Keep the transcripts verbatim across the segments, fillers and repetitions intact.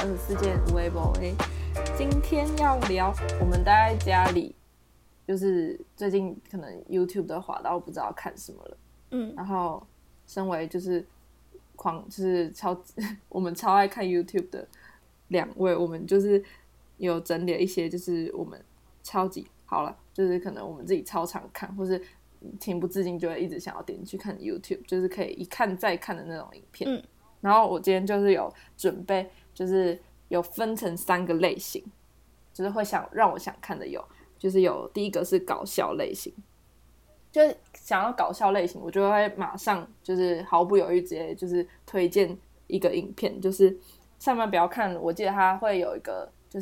十四件无微博 A。今天要聊我们待在家里，就是最近可能 YouTube 都滑到不知道看什么了， 嗯， 然后身为就是狂就是超我们超爱看 YouTube 的两位，我们就是有整理了一些就是我们超级好了，就是可能我们自己超常看，或是情不自禁就会一直想要点进去看 YouTube， 就是可以一看再看的那种影片。 嗯， 然后我今天就是有准备，就是有分成三个类型，就是会想让我想看的有，就是有第一个是搞笑类型，就是想要搞笑类型，我就会马上就是毫不犹豫直接就是推荐一个影片，就是上班不要看，我记得它会有一个就是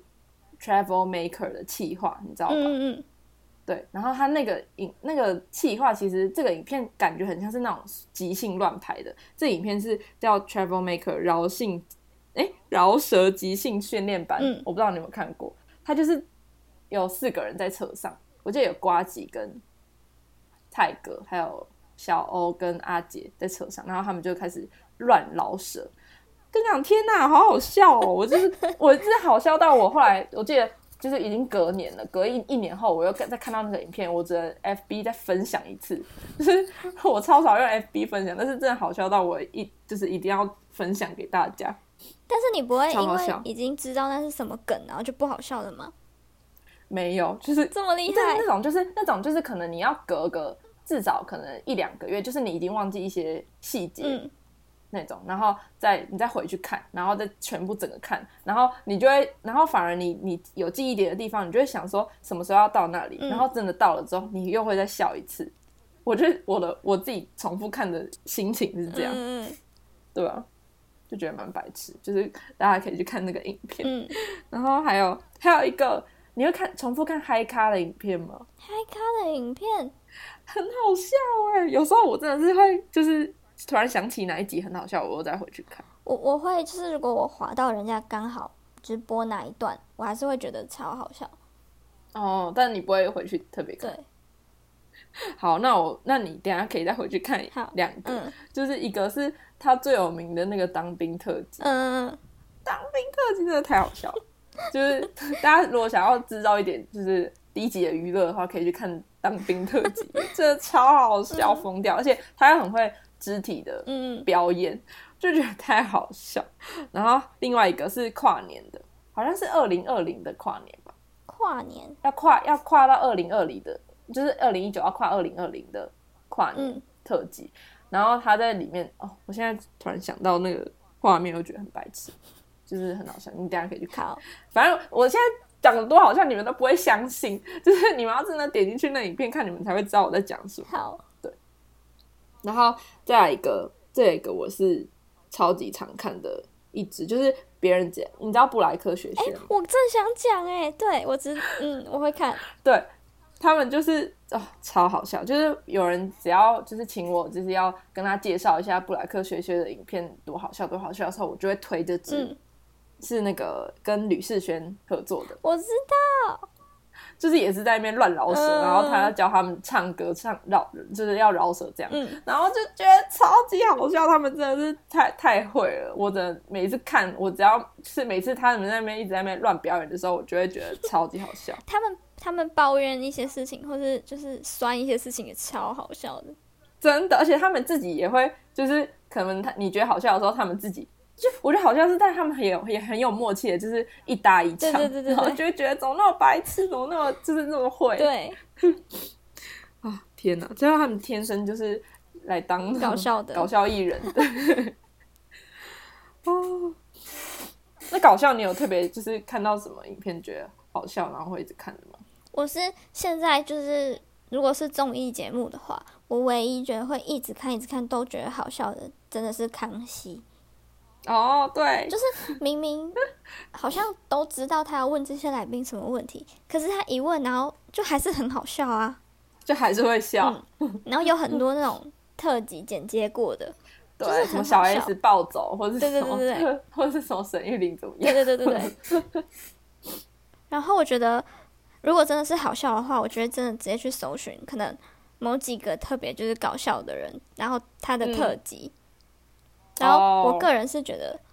Travel Maker 的企划，你知道吧？ 嗯嗯对，然后他那个影那个企划，其实这个影片感觉很像是那种即兴乱拍的。这影片是叫 Travel Maker 饶性哎饶舌即兴训练班， 嗯我不知道你有没有看过。他就是有四个人在车上，我记得有呱吉跟泰哥，还有小欧跟阿杰在车上，然后他们就开始乱饶舌。跟你讲，天哪，好好笑哦！我就是我真的好笑到我后来，我记得。就是已经隔年了，隔一一年后，我又再看到那个影片，我只能 F B 再分享一次。就是我超少用 F B 分享，但是真的好笑到我一就是一定要分享给大家。 但是你不会因超好笑为已经知道那是什么梗，然后就不好笑了吗？ 没有，就是这么厉害， 那种就是那种就是可能你要隔个至少可能一两个月，就是你已经忘记一些细节。嗯，那种，然后再你再回去看，然后再全部整个看，然后你就会，然后反而你你有记忆点的地方，你就会想说什么时候要到那里，嗯、然后真的到了之后，你又会再笑一次。我觉得我的我自己重复看的心情是这样，嗯、对吧？就觉得蛮白痴，就是大家可以去看那个影片。嗯、然后还有还有一个，你会看重复看嗨咖的影片吗？ 嗨咖的影片很好笑哎、欸，有时候我真的是会就是。突然想起哪一集很好笑，我又再回去看。 我我会就是如果我滑到人家刚好直播哪一段，我还是会觉得超好笑。 哦，但你不会回去特别看。 对。 好，那我那你等一下可以再回去看两个，嗯、就是一个是他最有名的那个当兵特辑。嗯，当兵特辑真的太好笑了，就是大家如果想要知道一点就是低级的娱乐的话，可以去看当兵特辑，真的超好笑，疯掉，而且他又很会。肢体的表演、嗯、就觉得太好笑。然后另外一个是跨年的，好像是二零二零的跨年吧。 跨年要跨要跨到二零二零的，就是二零一九要跨二零二零的跨年特辑。嗯、然后他在里面哦，我现在突然想到那个画面，我觉得很白痴，就是很好笑。你等一下可以去看。反正我现在讲的多好像你们都不会相信，就是你们要真的点进去那影片看，你们才会知道我在讲什么。 好。 然后再来一个，这一个我是超级常看的一支，就是别人讲，你知道布莱克学学吗？ 欸、我正想讲哎，对我只嗯我会看， 对他们就是哦超好笑，就是有人只要就是请我就是要跟他介绍一下布莱克学学的影片多好笑多好笑的时候，我就会推这支，嗯、是那个跟吕士轩合作的， 我知道。 就是也是在那边乱饶舌，嗯、然后他要教他们唱歌，唱饶就是要饶舌这样，嗯、然后就觉得超级好笑，他们真的是太太会了。我真的每次看，我只要是每次他们在那边一直在那边乱表演的时候，我就会觉得超级好笑。 他们他们抱怨一些事情，或是就是酸一些事情，也超好笑的，真的。而且他们自己也会，就是可能他你觉得好笑的时候，他们自己。就我觉得好像是，但他们很有也很有默契的，就是一搭一唱， 对对对对， 然后就会觉得怎么那么白痴，怎么那么就是那么会， 对， 啊天哪！最后他们天生就是来当搞笑的搞笑艺人的。哦，那搞笑你有特别就是看到什么影片觉得好笑，然后会一直看的吗？ 我是现在就是如果是综艺节目的话，我唯一觉得会一直看一直看都觉得好笑的，真的是康熙。 哦，对， 就是明明好像都知道他要问这些来宾什么问题，可是他一问，然后就还是很好笑啊， 就还是会笑。 嗯、然后有很多那种特辑剪接过的， 对， 就是什么小 S 暴走，或是什么， 对对对对， 或是什么沈玉琳怎么样？ 对对对对对。然后我觉得，如果真的是好笑的话，我觉得真的直接去搜寻，可能某几个特别就是搞笑的人，然后他的特辑。嗯然后我个人是觉得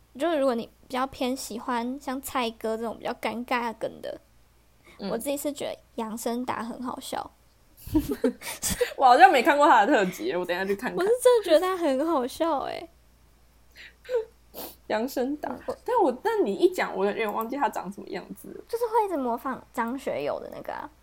就是如果你比较偏喜欢像蔡哥这种比较尴尬梗的，嗯、我自己是觉得杨森达很好笑。 我好像没看过他的特辑，我等一下去看看。 我是真的觉得他很好笑哎、欸。 杨森达，但我但你一讲，我有点忘记他长什么样子了。 就是会一直模仿张学友的那个啊。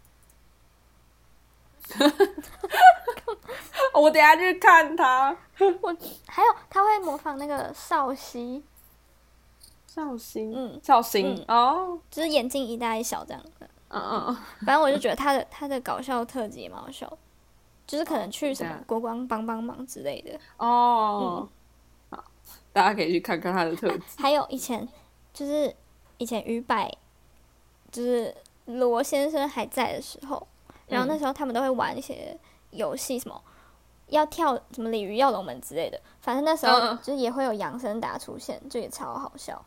我等一下去看他。 我还有他会模仿那个少熙。 绍兴， 嗯， 绍兴、嗯、哦， 就是眼睛一大一小这样的。 嗯嗯嗯。 反正我就觉得他的他的搞笑特辑也蛮好笑，就是可能去什么国光帮帮忙之类的。 哦。嗯、好，大家可以去看看他的特辑。 还有以前就是以前于百，就是罗先生还在的时候，然后那时候他们都会玩一些游戏，什么要跳什么鲤鱼跃龙门之类的。反正那时候就是也会有杨森达出现，就也超好笑。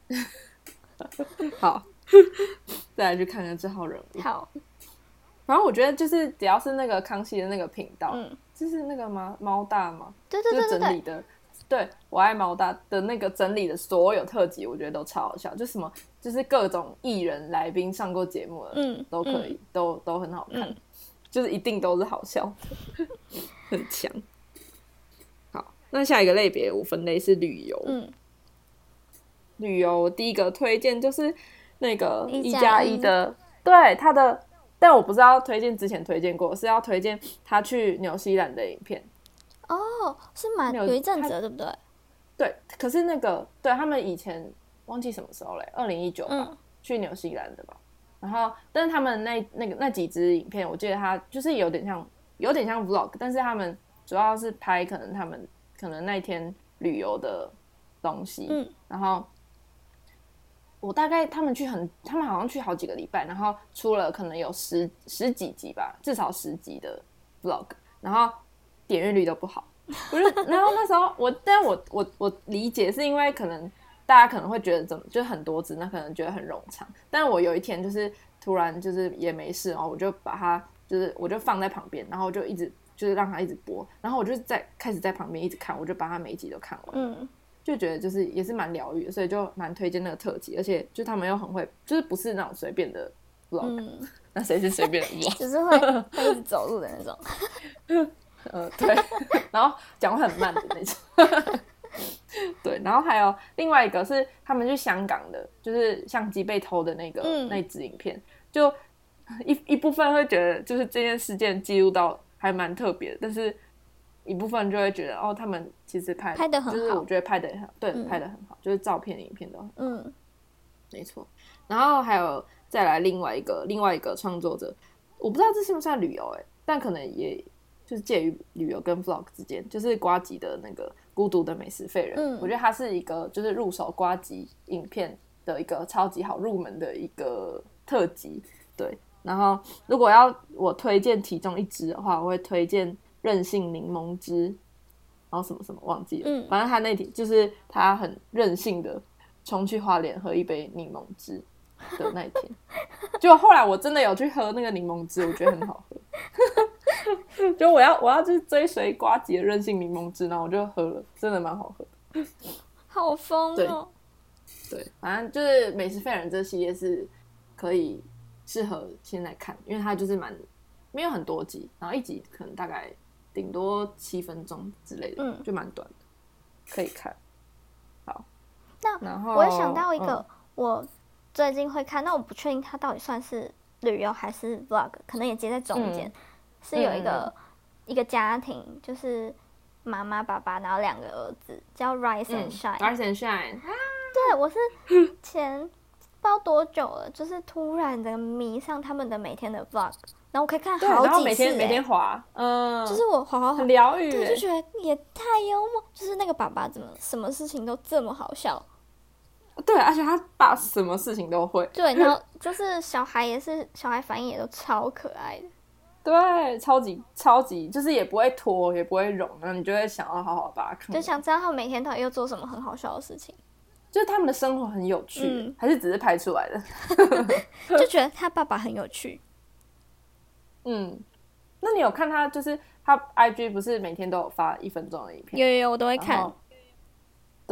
好，再来去看看这号人物。 好， 反正我觉得就是只要是那个康熙的那个频道， 嗯， 就是那个吗？猫大吗？ 对对对对对， 整理的，对我爱猫大的那个整理的所有特辑，我觉得都超好笑。就什么，就是各种艺人来宾上过节目的， 嗯， 都可以，嗯、都都很好看，嗯、就是一定都是好笑的，很强。好，那下一个类别我分类是旅游， 嗯。 旅游第一个推荐就是那个一加一的，对他的，但我不是要推荐之前推荐过，是要推荐他去纽西兰的影片。 哦，是蛮有一阵子对不对？ 对，可是那个对他们以前忘记什么时候嘞，二零一九吧、嗯，去纽西兰的吧。然后，但是他们那那个那几支影片，我记得他就是有点像有点像 vlog， 但是他们主要是拍可能他们可能那天旅游的东西，嗯，然后。我大概他们去很，他们好像去好几个礼拜，然后出了可能有十十几集吧，至少十集的 vlog， 然后点阅率都不好。我就然后那时候我，但我我我理解是因为可能大家可能会觉得怎么就很多集，那可能觉得很冗长。但我有一天就是突然就是也没事，然后我就把它就是我就放在旁边，然后就一直就是让它一直播，然后我就在开始在旁边一直看，我就把它每一集都看完。嗯。就觉得就是也是蛮疗愈的，所以就蛮推荐那个特辑，而且就他们又很会，就是不是那种随便的 vlog，、嗯、那谁是随便的 vlog？ 就是会会一直走路的那种。 呃，对，然后讲话很慢的那种。对，然后还有另外一个是他们去香港的，就是相机被偷的那个、嗯、那支影片，就一一部分会觉得就是这件事件记录到还蛮特别的，但是。一部分就会觉得哦，他们其实拍拍得很好， 就是我觉得拍得很好，对，嗯、拍得很好，就是照片、影片都很好， 嗯， 没错。然后还有再来另外一个另外一个创作者，我不知道这算不算旅游哎、欸，但可能也就是介于旅游跟 vlog 之间，就是呱吉的那个孤独的美食废人，嗯，我觉得他是一个就是入手呱吉影片的一个超级好入门的一个特辑，对。然后如果要我推荐其中一支的话，我会推荐。任性柠檬汁，然后什么什么忘记了，嗯、反正他那天就是他很任性的冲去花莲喝一杯柠檬汁的那一天，结果后来我真的有去喝那个柠檬汁，我觉得很好喝。就我要我要就是追随呱吉的任性柠檬汁，然后我就喝了，真的蛮好喝的。 好疯哦！ 对，对，反正就是美食废人这系列是可以适合现在看，因为它就是蛮没有很多集，然后一集可能大概。顶多七分钟之类的，嗯，就蛮短的，可以看。好， 那然后我想到一个，嗯、我最近会看，那我不确定它到底算是旅游还是 vlog， 可能也接在中间。嗯、是有一个、嗯、一个家庭，就是妈妈、爸爸，然后两个儿子，叫 Rise and Shine。 嗯、Rise and Shine。 对，我是前不知道多久了，就是突然的迷上他们的每天的 vlog。然后我可以看好几次、欸， 然后每天每天滑，嗯， 就是我滑滑滑， 很疗愈， 对，就觉得也太幽默，就是那个爸爸怎么什么事情都这么好笑， 对，而且他爸什么事情都会， 对，然后就是小孩也是，小孩反应也都超可爱的， 对，超级超级，就是也不会拖，也不会冗，然后你就会想要好好把它看， 就想知道他们每天到底又做什么很好笑的事情， 就是他们的生活很有趣，嗯、还是只是拍出来的， 就觉得他爸爸很有趣。 嗯，那你有看他就是他 I G 不是每天都有发一分钟的影片？ 有有有，我都会看。 对，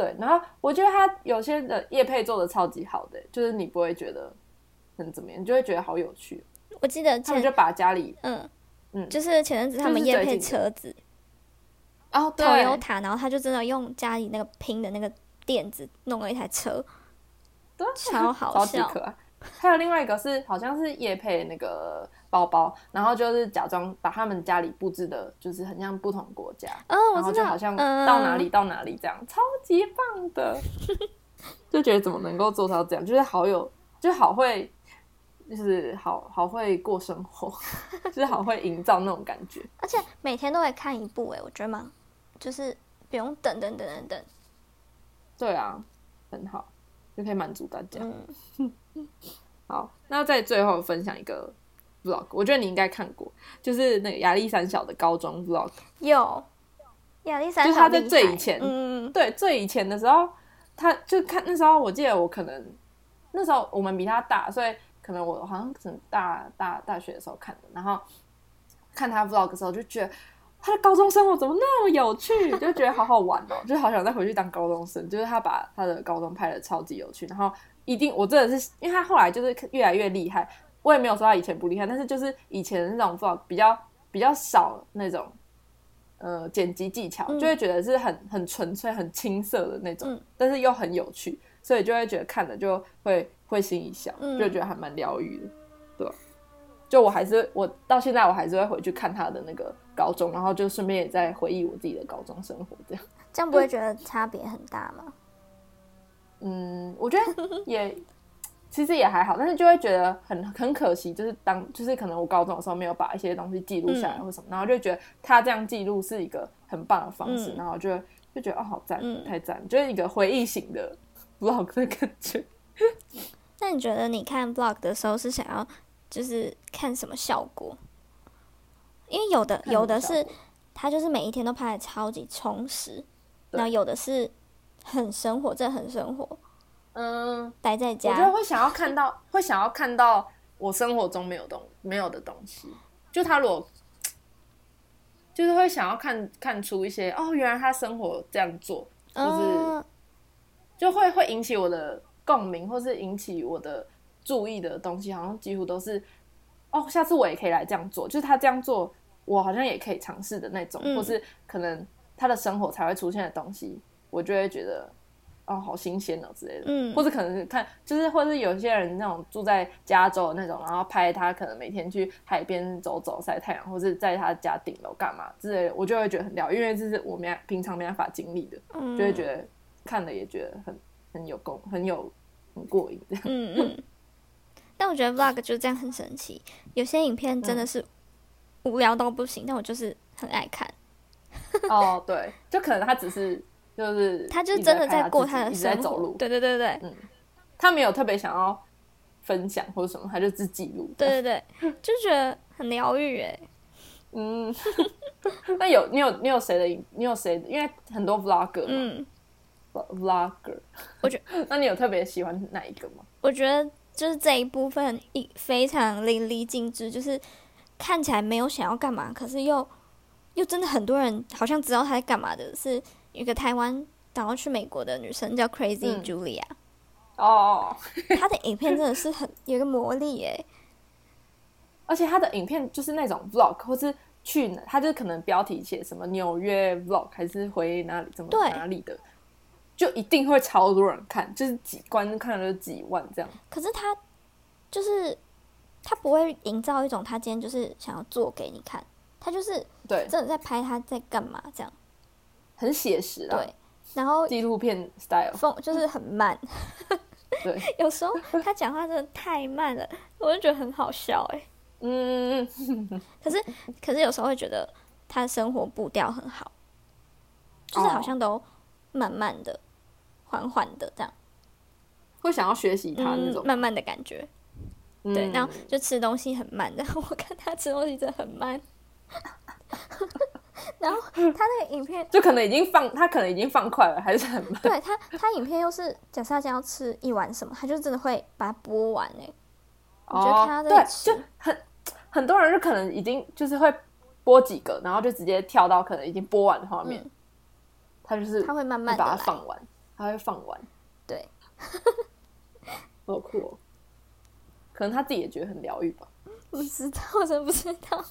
对，然后我觉得他有些的业配做的超级好的，就是你不会觉得很怎么样，你就会觉得好有趣。 我记得他们就把家里嗯嗯，就是前阵子他们业配车子。 哦，对 Toyota， 然后他就真的用家里那个拼的那个垫子弄了一台车， 对， 超好笑， 超级可爱。还有另外一个是好像是业配那个包包，然后就是假装把他们家里布置的，就是很像不同国家， 哦， 然后就好像到哪里到哪里这样，嗯、超级棒的，就觉得怎么能够做到这样，就是好有，就好会。就是好好会过生活，就是好会营造那种感觉， 而且每天都会看一部哎，我觉得嘛，就是不用等等等等等。 对啊，很好，就可以满足大家。嗯、好，那在最后分享一个 vlog， 我觉得你应该看过，就是那个亚历山小的高中 vlog。 有，亚历山小就是他在最以前， 嗯， 对，最以前的时候，他就看那时候，我记得我可能那时候我们比他大，所以。可能我好像是大大大学的时候看的，然后看他 vlog 的时候就觉得他的高中生活怎么那么有趣，就觉得好好玩哦，就好想再回去当高中生。就是他把他的高中拍的超级有趣，然后一定我真的是因为他后来就是越来越厉害，我也没有说他以前不厉害，但是就是以前的那种 vlog 比较比较少那种呃剪辑技巧，就会觉得是很很纯粹、很青涩的那种，嗯、但是又很有趣，所以就会觉得看了就会。会心一笑，就觉得还蛮疗愈的，对吧？就我还是我到现在我还是会回去看他的那个高中，然后就顺便也在回忆我自己的高中生活，这样。 这样不会觉得差别很大吗？ 嗯，我觉得也其实也还好，但是就会觉得很很可惜，就是当就是可能我高中的时候没有把一些东西记录下来或什么，嗯、然后就觉得他这样记录是一个很棒的方式，嗯、然后就就觉得哦好赞，嗯、太赞，就是一个回忆型的 vlog 的感觉。 那你觉得你看 vlog 的时候是想要就是看什么效果？因为有的有的是他就是每一天都拍得超级充实，然后有的是很生活，真的很生活。嗯，待在家， 我觉得会想要看到，会想要看到我生活中没有东没有的东西。就他如果就是会想要看看出一些哦，原来他生活这样做，就是、嗯、就会会引起我的。共鸣或是引起我的注意的东西，好像几乎都是哦，下次我也可以来这样做，就是他这样做，我好像也可以尝试的那种，嗯、或是可能他的生活才会出现的东西，我就会觉得哦，好新鲜哦之类的，嗯，或是可能是看，就是或是有些人那种住在加州的那种，然后拍他可能每天去海边走走晒太阳，或是在他家顶楼干嘛之类的，我就会觉得很疗愈，因为这是我没平常没办法经历的，嗯、就会觉得看了也觉得很。很有功，很有很过瘾这样。嗯嗯。 但我觉得 vlog 就这样很神奇，有些影片真的是无聊到不行，嗯、但我就是很爱看。 哦，对，就可能他只是就是他就真的在过他的生活， 在走路。 对对对对，嗯， 他没有特别想要分享或者什么，他就只记录。 对对对，就觉得很疗愈哎。 嗯。那有你有你有谁的你有谁？因为很多 vlogger 嘛。嗯。vlogger， 我觉得， 那你有特别喜欢哪一个吗？ 我觉得就是这一部分一非常淋漓尽致，就是看起来没有想要干嘛，可是又又真的很多人好像知道他在干嘛的，是一个台湾然后去美国的女生叫 Crazy Julia。 哦、 嗯，她的影片真的是很有一个魔力耶， 而且她的影片就是那种 vlog， 或是去她就可能标题写什么纽约 vlog， 还是回哪里怎么哪里的。就一定会超多人看，就是几观看了几万这样。 可是他就是他不会营造一种他今天就是想要做给你看，他就是对真的在拍他在干嘛这样， 很写实啊。 对，然后纪录片 style 风就是很慢。 对， 有时候他讲话真的太慢了，我就觉得很好笑哎、欸。嗯，可是可是有时候会觉得他的生活步调很好，就是好像都慢慢的。缓缓的这样， 会想要学习他那种、 嗯、慢慢的感觉，嗯、对，然后就吃东西很慢，然后我看他吃东西真的很慢，然后他那个影片就可能已经放，他可能已经放快了，还是很慢。 对他，他影片又是假设他将要吃一碗什么，他就真的会把它播完哎、欸。 哦， 我觉得看他在吃， 对，就很很多人就可能已经就是会播几个，然后就直接跳到可能已经播完的画面，嗯、他就是他会慢慢把它放完。 他会放完。 对， 好酷哦！可能他自己也觉得很疗愈吧。 不知道，我真不知道。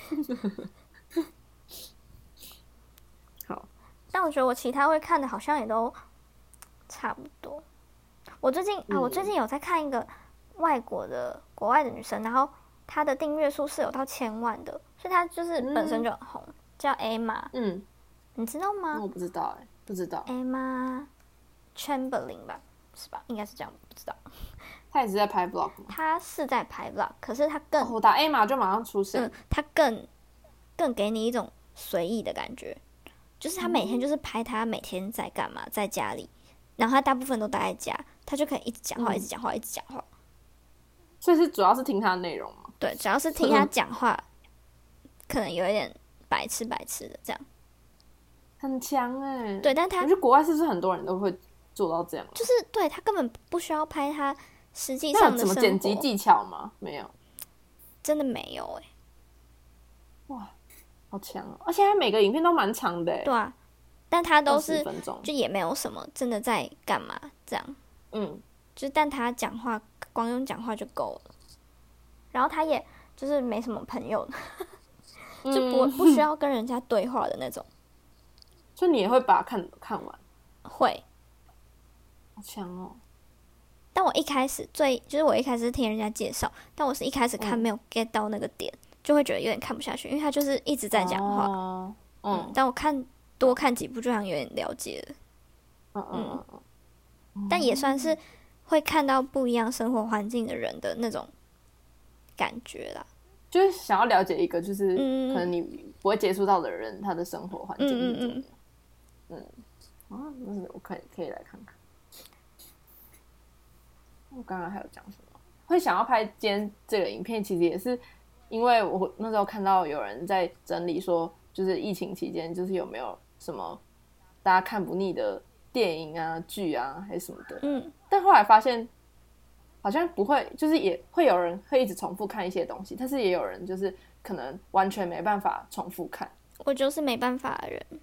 好， 但我觉得我其他会看的好像也都差不多。我最近、嗯、啊，我最近有在看一个外国的国外的女生，然后她的订阅数是有到千万的，所以她就是本身就很红，嗯、叫 Emma。嗯，你知道吗？ 我不知道哎、欸，不知道。 Emma Chamberlain 吧，是吧？应该是这样，不知道。 她也是在拍 vlog 吗？ 她是在拍 vlog， 可是她更、 哦、我打 Emma 就马上出现。 嗯，她更更给你一种随意的感觉，就是她每天就是拍她每天在干嘛，在家里，然后她大部分都待在家，她就可以一直讲话、嗯，一直讲话，一直讲话。 所以是主要是听她的内容吗？ 对，主要是听她讲话，可能有一点白痴白痴的这样。 很强哎、欸。 对，但她我觉得国外是不是很多人都会做到这样？ 就是对她根本不需要拍她实际上的生活。 那有什么剪辑技巧吗？没有， 真的没有哎、欸。 哇，好强哦！而且他每个影片都蛮长的哎。 对啊，但他都是分钟， 就也没有什么真的在干嘛这样。 嗯， 就是但他讲话光用讲话就够了，然后他也就是没什么朋友，就不、嗯、不需要跟人家对话的那种。 所以你也会把它看看完？ 会， 好强哦！ 但我一开始最就是我一开始是听人家介绍，但我是一开始看没有 get 到那个点，嗯、就会觉得有点看不下去，因为他就是一直在讲话。哦、嗯, 嗯，但我看多看几部就好像有点了解了。嗯嗯嗯嗯，但也算是会看到不一样生活环境的人的那种感觉啦。 就是想要了解一个就是可能你不会接触到的人，他的生活环境是怎么样。嗯嗯啊，那我可以可以来看看。我刚刚还有讲什么？会想要拍今天这个影片，其实也是因为我那时候看到有人在整理说，就是疫情期间，就是有没有什么大家看不腻的电影啊、剧啊，还是什么的。嗯。但后来发现，好像不会，就是也会有人会一直重复看一些东西，但是也有人就是可能完全没办法重复看。 我就是没办法的人。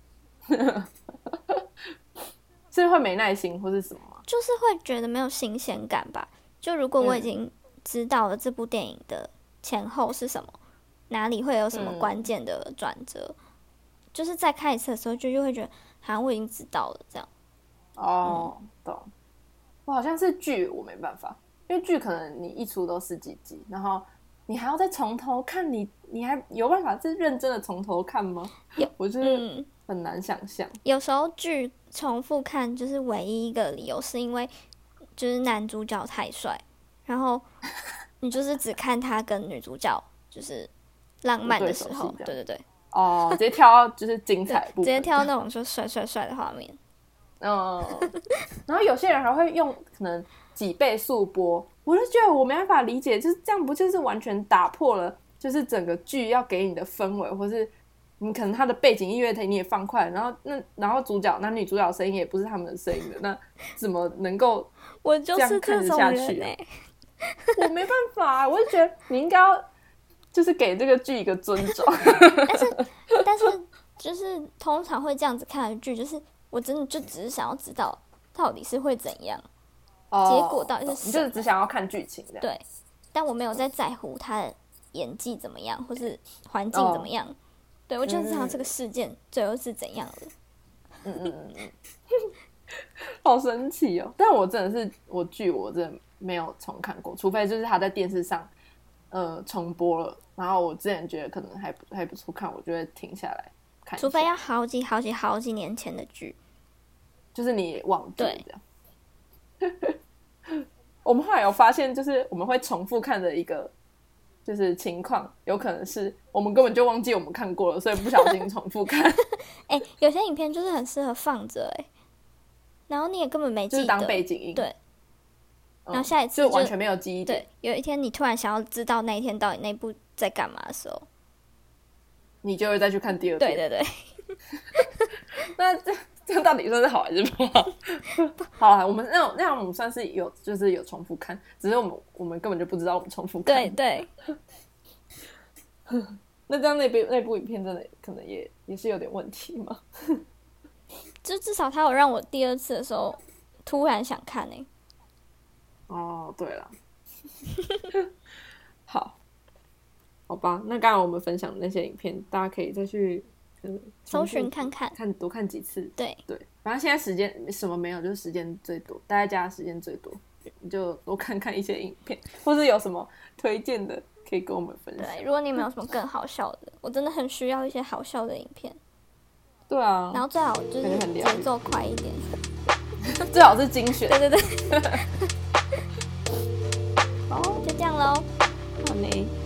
是会没耐心或是什么吗？ 就是会觉得没有新鲜感吧。就如果我已经知道了这部电影的前后是什么，嗯、哪里会有什么关键的转折，嗯、就是再看一次的时候，就就会觉得好像我已经知道了这样。 哦，嗯、懂。我好像是剧，我没办法，因为剧可能你一出都十几集，然后你还要再从头看你，你还有办法是认真的从头看吗？我就是很难想象。嗯、 有时候剧重复看，就是唯一一个理由是因为就是男主角太帅，然后你就是只看他跟女主角就是浪漫的时候，对对对。 哦，直接跳到就是精彩部分， 直接跳到那种就帅帅帅的画面。 嗯，然后有些人还会用可能几倍速播，我就觉得我没办法理解，就是这样不就是完全打破了就是整个剧要给你的氛围，或是你可能他的背景音乐你也放快，然后那然后主角那女主角的声音也不是他们的声音的，那怎么能够这样看得下去？ 欸、 我没办法，我就觉得你应该要就是给这个剧一个尊重。 但是但是就是通常会这样子看的剧，就是我真的就只是想要知道到底是会怎样，哦、结果到底是什么， 你就是只想要看剧情这样。 对，但我没有在在乎他的演技怎么样，或是环境怎么样。哦、对，我就是知道这个事件最后是怎样的。 嗯嗯嗯嗯，好神奇哦！但我真的是我剧我真的没有重看过，除非就是他在电视上呃重播了，然后我之前觉得可能还不还不错看，我就会停下来看一下。 除非要好几好几好几年前的剧， 就是你忘记这样。我们后来有发现，就是我们会重复看的一个就是情况，有可能是我们根本就忘记我们看过了，所以不小心重复看。 哎、欸，有些影片就是很适合放着哎、欸，然后你也根本没记得， 就是当背景音。 对。然后下一次就, 就完全没有记忆点。 对，有一天你突然想要知道那一天到底那部在干嘛的时候， 你就会再去看第二遍。 对对对。 那这这样到底算是好还是不好？好啦，我们那种那样我们算是有就是有重复看，只是我们我们根本就不知道我们重复看。 对对。 那这样那部那部影片真的可能也也是有点问题吗？ 就至少他有让我第二次的时候突然想看诶、欸。 哦，对了，好，好吧，那刚刚我们分享的那些影片，大家可以再去呃搜寻看看， 看多看几次。 对对，反正现在时间什么没有，就是时间最多，待在家的时间最多，你就多看看一些影片，或是有什么推荐的可以跟我们分享。 对，如果你们有什么更好笑的，我真的很需要一些好笑的影片。 对啊， 然后最好就是节奏快一点， 最好是精选。 对对对。好，就这样咯。 好嘞。